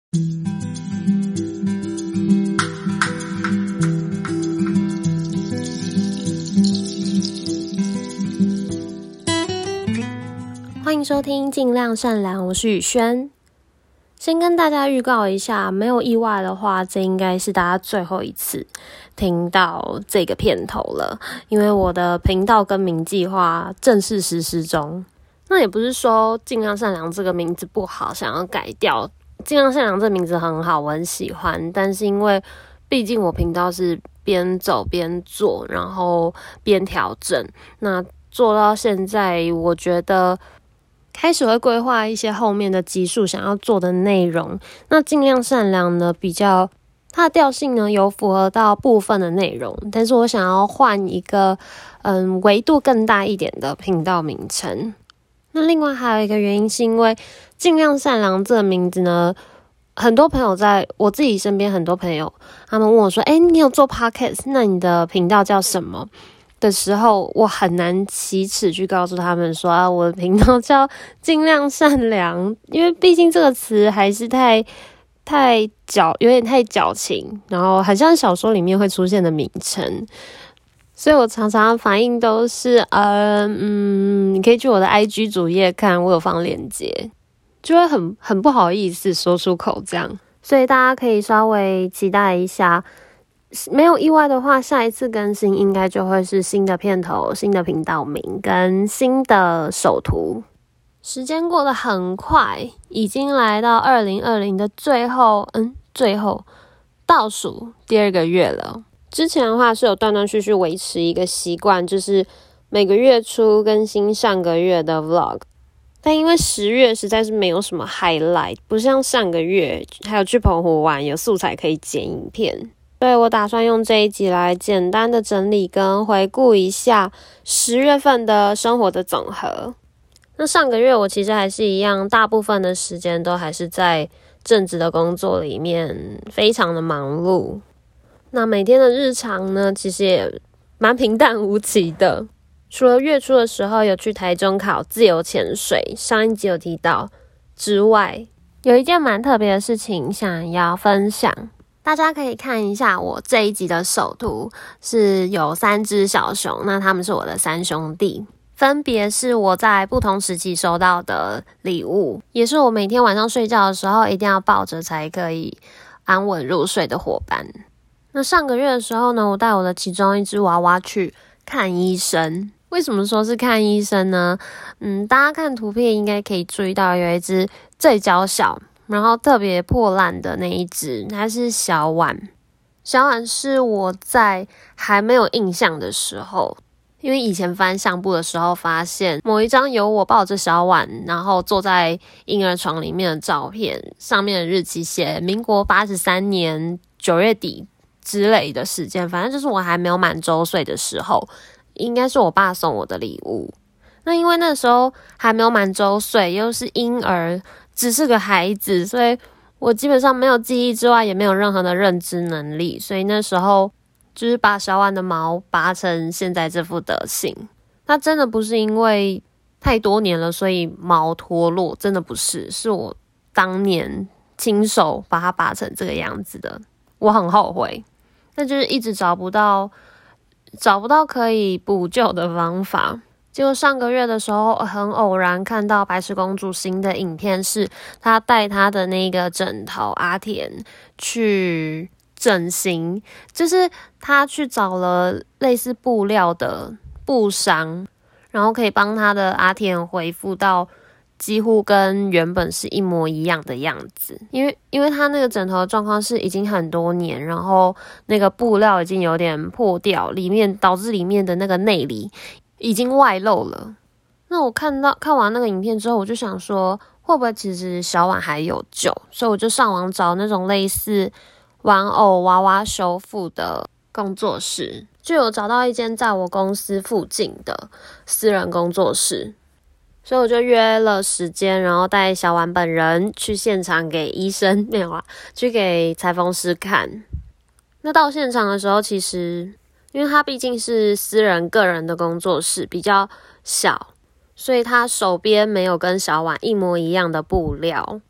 欢迎收听尽量善良，我是宇轩。先跟大家预告一下，没有意外的话，这应该是大家最后一次听到这个片头了，因为我的频道更名计划正式实施中。那也不是说尽量善良这个名字不好，想要改掉。尽量善良这个名字很好，我很喜欢，但是因为毕竟我频道是边走边做，然后边调整，那做到现在，我觉得开始会规划一些后面的集数想要做的内容。那尽量善良呢，比较它的调性呢有符合到部分的内容，但是我想要换一个维度更大一点的频道名称。那另外还有一个原因是因为尽量善良这个名字呢，很多朋友在我自己身边，很多朋友他们问我说你有做 podcast， 那你的频道叫什么的时候，我很难启齿去告诉他们说我的频道叫尽量善良，因为毕竟这个词还是有点太矫情，然后很像小说里面会出现的名称，所以我常常反应都是你可以去我的 IG 主页看，我有放链接，就会很不好意思说出口这样，所以大家可以稍微期待一下。没有意外的话，下一次更新应该就会是新的片头、新的频道名跟新的首图。时间过得很快，已经来到2020的最后倒数第2个月了。之前的话是有断断续续维持一个习惯，就是每个月初更新上个月的 vlog。但因为10月实在是没有什么 highlight， 不像上个月还有去澎湖玩，有素材可以剪影片。所以我打算用这一集来简单的整理跟回顾一下10月份的生活的总和。那上个月我其实还是一样，大部分的时间都还是在正职的工作里面，非常的忙碌。那每天的日常呢，其实也蛮平淡无奇的。除了月初的时候有去台中考自由潜水，上一集有提到之外，有一件蛮特别的事情想要分享。大家可以看一下我这一集的首图，是有3只小熊，那他们是我的3兄弟，分别是我在不同时期收到的礼物，也是我每天晚上睡觉的时候一定要抱着才可以安稳入睡的伙伴。那上个月的时候呢，我带我的其中一只娃娃去看医生。为什么说是看医生呢？大家看图片应该可以注意到有一只最娇小然后特别破烂的那一只，它是小碗。小碗是我在还没有印象的时候，因为以前翻相簿的时候发现某一张有我抱着小碗然后坐在婴儿床里面的照片，上面的日期写民国83年9月底之类的时间，反正就是我还没有满周岁的时候，应该是我爸送我的礼物。那因为那时候还没有满周岁，又是婴儿，只是个孩子，所以我基本上没有记忆之外，也没有任何的认知能力，所以那时候就是把小碗的毛拔成现在这副德行。那真的不是因为太多年了所以毛脱落，真的不是，是我当年亲手把它拔成这个样子的，我很后悔。但就是一直找不到可以补救的方法。结果上个月的时候很偶然看到白雪公主新的影片，是她带她的那个枕头阿田去整形，就是她去找了类似布料的布商，然后可以帮她的阿田恢复到几乎跟原本是一模一样的样子。因为她那个枕头的状况是已经很多年，然后那个布料已经有点破掉，导致里面的那个内里已经外露了。那我看完那个影片之后，我就想说会不会其实小碗还有救，所以我就上网找那种类似玩偶娃娃修复的工作室，就有找到一间在我公司附近的私人工作室，所以我就约了时间，然后带小碗本人去现场给医生去给裁缝师看。那到现场的时候，其实因为他毕竟是私人个人的工作室，比较小，所以他手边没有跟小碗一模一样的布料，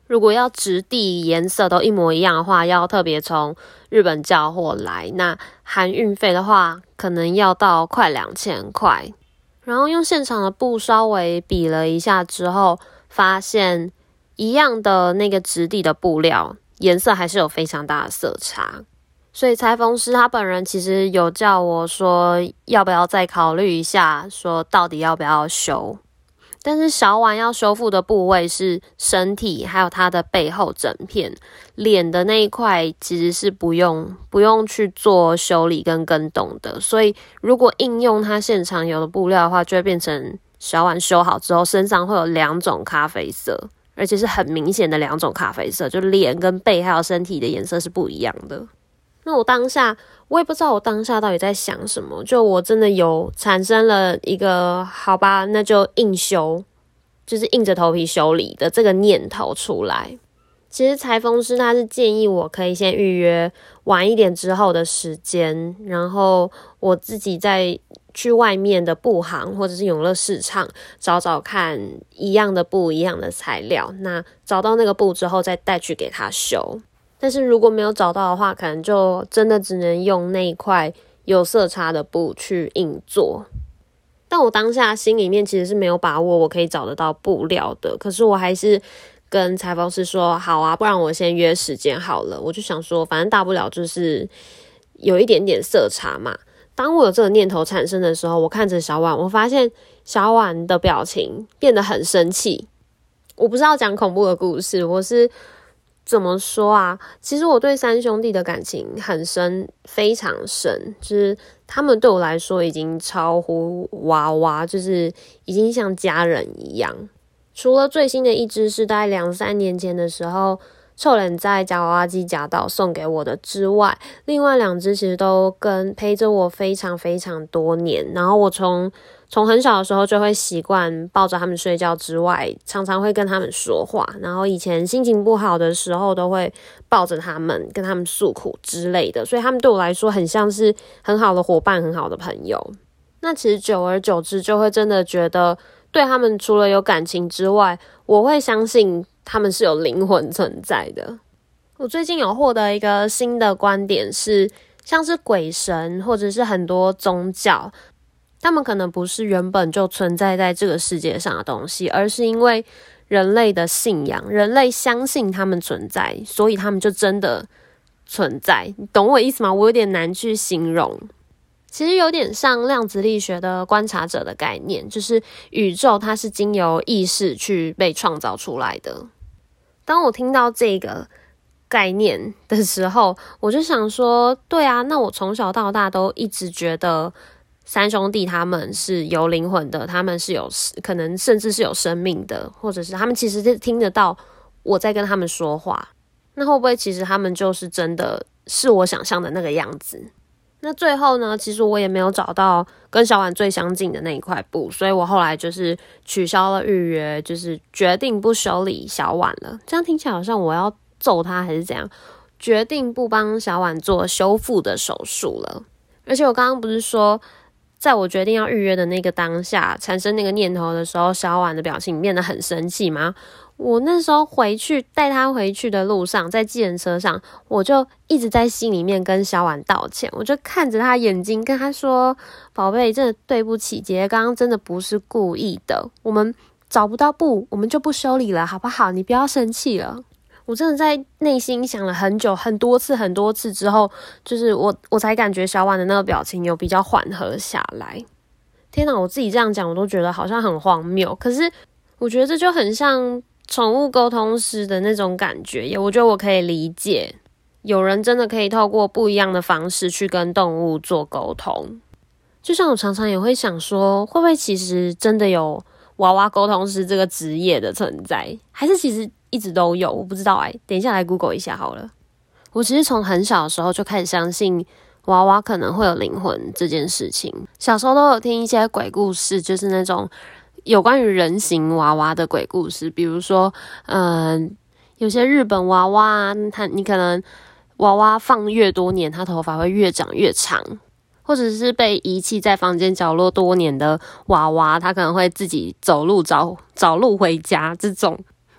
如果要质地颜色都一模一样的话，要特别从日本叫货来，那含运费的话可能要到快2000块。然后用现场的布稍微比了一下之后，发现一样的那个质地的布料颜色还是有非常大的色差，所以裁缝师他本人其实有叫我说要不要再考虑一下，说到底要不要修。但是小碗要修复的部位是身体还有它的背后整片，脸的那一块其实是不用去做修理跟更动的，所以如果应用它现场有的布料的话，就会变成小碗修好之后身上会有2种咖啡色，而且是很明显的2种咖啡色，就脸跟背还有身体的颜色是不一样的。那我也不知道我当下到底在想什么，就我真的有产生了一个好吧，那就硬修，就是硬着头皮修理的这个念头出来。其实裁缝师他是建议我可以先预约晚一点之后的时间，然后我自己再去外面的布行或者是永乐市场找找看一样的布一样的材料，那找到那个布之后再带去给他修。但是如果没有找到的话，可能就真的只能用那一块有色差的布去硬做。但我当下心里面其实是没有把握我可以找得到布料的，可是我还是跟裁缝师说好啊，不然我先约时间好了。我就想说反正大不了就是有一点点色差嘛。当我有这个念头产生的时候，我看着小婉，我发现小婉的表情变得很生气。我不是要讲恐怖的故事，我是怎么说啊？其实我对3兄弟的感情很深，非常深，就是他们对我来说已经超乎娃娃，就是已经像家人一样。除了最新的一只是大概2-3年前的时候臭脸在夹娃娃机夹到送给我的之外，另外2只其实都陪着我非常非常多年。然后我从很小的时候就会习惯抱着他们睡觉之外，常常会跟他们说话，然后以前心情不好的时候都会抱着他们跟他们诉苦之类的，所以他们对我来说很像是很好的伙伴，很好的朋友。那其实久而久之就会真的觉得对他们除了有感情之外，我会相信他们是有灵魂存在的。我最近有获得一个新的观点是，像是鬼神或者是很多宗教，他们可能不是原本就存在在这个世界上的东西，而是因为人类的信仰，人类相信他们存在，所以他们就真的存在。你懂我意思吗？我有点难去形容。其实有点像量子力学的观察者的概念，就是宇宙它是经由意识去被创造出来的。当我听到这个概念的时候，我就想说，对啊，那我从小到大都一直觉得3兄弟他们是有灵魂的，他们是有可能甚至是有生命的，或者是他们其实是听得到我在跟他们说话。那会不会其实他们就是真的是我想象的那个样子？那最后呢，其实我也没有找到跟小婉最相近的那一块布，所以我后来就是取消了预约，就是决定不修理小婉了。这样听起来好像我要揍他还是怎样，决定不帮小婉做修复的手术了。而且我刚刚不是说在我决定要预约的那个当下产生那个念头的时候，小婉的表情变得很生气吗？我那时候带他回去的路上，在计程车上，我就一直在心里面跟小婉道歉，我就看着他眼睛跟他说，宝贝，真的对不起，姐姐刚刚真的不是故意的，我们找不到布，我们就不修理了好不好，你不要生气了。我真的在内心想了很久，很多次之后，就是我才感觉小婉的那个表情有比较缓和下来。天哪，我自己这样讲我都觉得好像很荒谬，可是我觉得这就很像宠物沟通师的那种感觉，我觉得我可以理解，有人真的可以透过不一样的方式去跟动物做沟通。就像我常常也会想说，会不会其实真的有娃娃沟通师这个职业的存在，还是其实一直都有，我不知道等一下来 Google 一下好了。我其实从很小的时候就开始相信娃娃可能会有灵魂这件事情。小时候都有听一些鬼故事，就是那种有关于人形娃娃的鬼故事，比如说有些日本娃娃你可能娃娃放越多年，它头发会越长越长，或者是被遗弃在房间角落多年的娃娃，它可能会自己走路找路回家，这种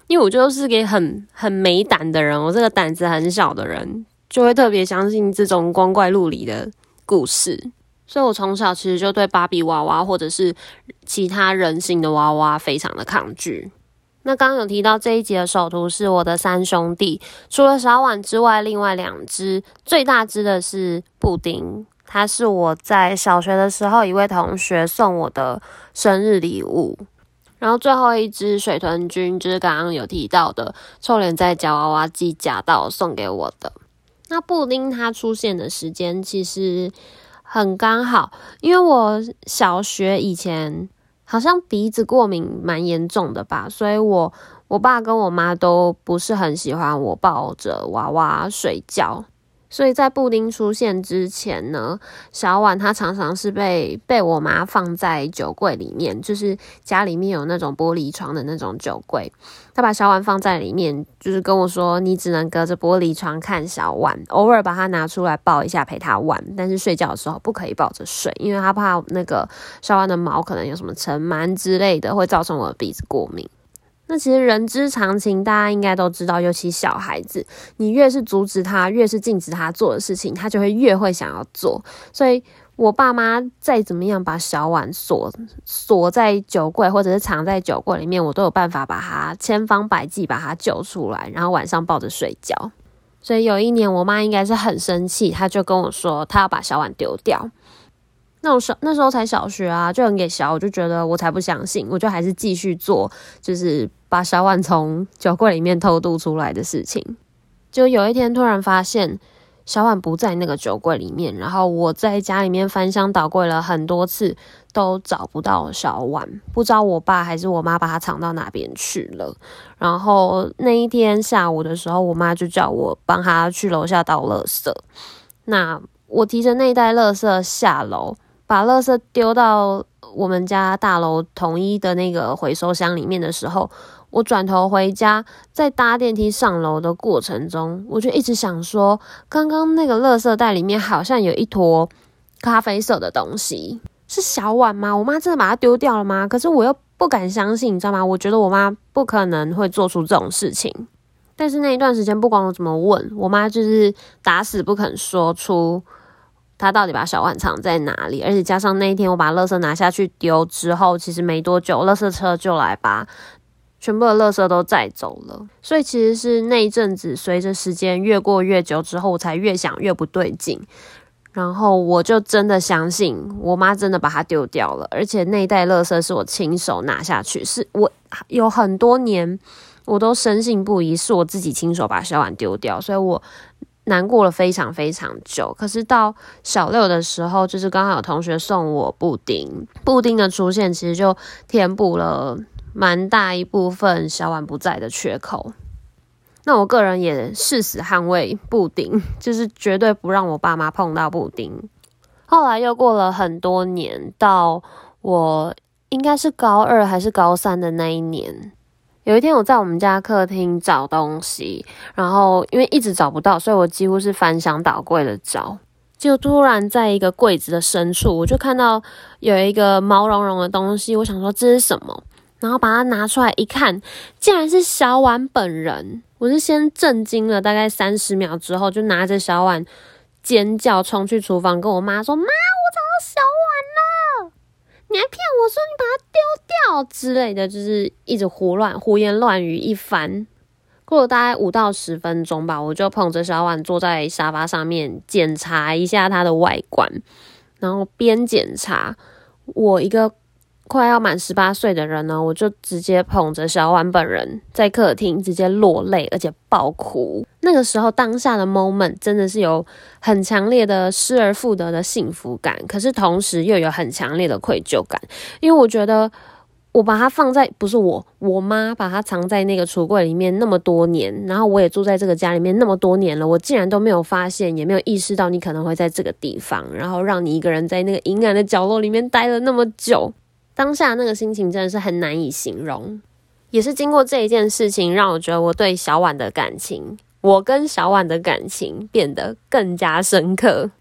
因为我就是个很没胆的人，我这个胆子很小的人，就会特别相信这种光怪陆离的故事。所以我从小其实就对芭比娃娃或者是其他人形的娃娃非常的抗拒。那刚刚有提到这一集的首图是我的3兄弟，除了小碗之外，另外2只，最大只的是布丁，它是我在小学的时候一位同学送我的生日礼物。然后最后一只水豚君就是刚刚有提到的臭脸在夹娃娃机夹到送给我的。那布丁它出现的时间其实很刚好，因为我小学以前好像鼻子过敏蛮严重的吧，所以我爸跟我妈都不是很喜欢我抱着娃娃睡觉。所以在布丁出现之前呢，小碗它常常是被我妈放在酒柜里面，就是家里面有那种玻璃窗的那种酒柜，她把小碗放在里面，就是跟我说你只能隔着玻璃窗看小碗，偶尔把它拿出来抱一下陪她玩，但是睡觉的时候不可以抱着睡，因为她怕那个小碗的毛可能有什么尘螨之类的，会造成我的鼻子过敏。那其实人之常情，大家应该都知道，尤其小孩子，你越是阻止他，越是禁止他做的事情，他就会越会想要做。所以我爸妈再怎么样把小碗锁在酒柜，或者是藏在酒柜里面，我都有办法把他千方百计把他救出来，然后晚上抱着睡觉。所以有一年我妈应该是很生气，她就跟我说她要把小碗丢掉。那时候才小学啊，就很给小，我就觉得我才不相信，我就还是继续做，就是把小碗从酒柜里面偷渡出来的事情。就有一天突然发现小碗不在那个酒柜里面，然后我在家里面翻箱倒柜了很多次，都找不到小碗，不知道我爸还是我妈把它藏到哪边去了。然后那一天下午的时候，我妈就叫我帮她去楼下倒垃圾。那我提着那一袋垃圾下楼，把垃圾丢到我们家大楼统一的那个回收箱里面的时候，我转头回家，在搭电梯上楼的过程中，我就一直想说，刚刚那个垃圾袋里面好像有一坨咖啡色的东西，是小碗吗？我妈真的把它丢掉了吗？可是我又不敢相信，你知道吗？我觉得我妈不可能会做出这种事情。但是那一段时间，不管我怎么问，我妈就是打死不肯说出他到底把小碗藏在哪里，而且加上那一天我把垃圾拿下去丢之后，其实没多久垃圾车就来把全部的垃圾都载走了。所以其实是那一阵子随着时间越过越久之后，我才越想越不对劲，然后我就真的相信我妈真的把它丢掉了，而且那一袋垃圾是我亲手拿下去，是我有很多年我都深信不疑是我自己亲手把小碗丢掉，所以我难过了非常非常久。可是到小6的时候，就是刚好有同学送我布丁的出现，其实就填补了蛮大一部分小碗不在的缺口。那我个人也誓死捍卫布丁，就是绝对不让我爸妈碰到布丁。后来又过了很多年，到我应该是高2还是高3的那一年，有一天我在我们家客厅找东西，然后因为一直找不到，所以我几乎是翻箱倒柜的找，就突然在一个柜子的深处，我就看到有一个毛茸茸的东西，我想说这是什么，然后把它拿出来一看，竟然是小碗本人。我是先震惊了大概30秒之后，就拿着小碗尖叫冲去厨房跟我妈说，妈，我找到小碗了，你还骗我说你把它丢掉之类的，就是一直胡言乱语一番。过了大概5到10分钟吧，我就捧着小碗坐在沙发上面检查一下它的外观，然后边检查，我一个快要满18岁的人呢，我就直接捧着小碗本人在客厅直接落泪，而且爆哭。那个时候当下的 moment 真的是有很强烈的失而复得的幸福感，可是同时又有很强烈的愧疚感，因为我觉得我把它放在，不是我妈把它藏在那个橱柜里面那么多年，然后我也住在这个家里面那么多年了，我竟然都没有发现，也没有意识到你可能会在这个地方，然后让你一个人在那个阴暗的角落里面待了那么久。当下那个心情真的是很难以形容，也是经过这一件事情让我觉得我对小碗的感情，我跟小碗的感情变得更加深刻。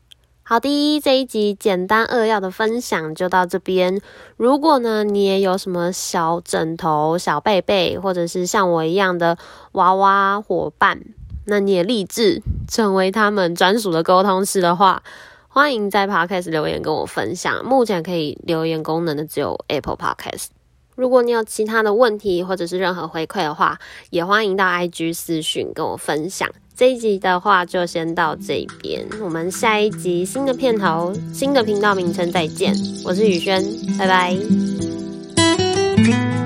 好的，这一集简单扼要的分享就到这边。如果呢你也有什么小枕头、小被被，或者是像我一样的娃娃伙伴，那你也立志成为他们专属的沟通师的话，欢迎在 Podcast 留言跟我分享。目前可以留言功能的只有 Apple Podcast。如果你有其他的问题或者是任何回馈的话，也欢迎到 IG 私讯跟我分享。这一集的话就先到这边，我们下一集新的片头、新的频道名称再见。我是宇轩，拜拜。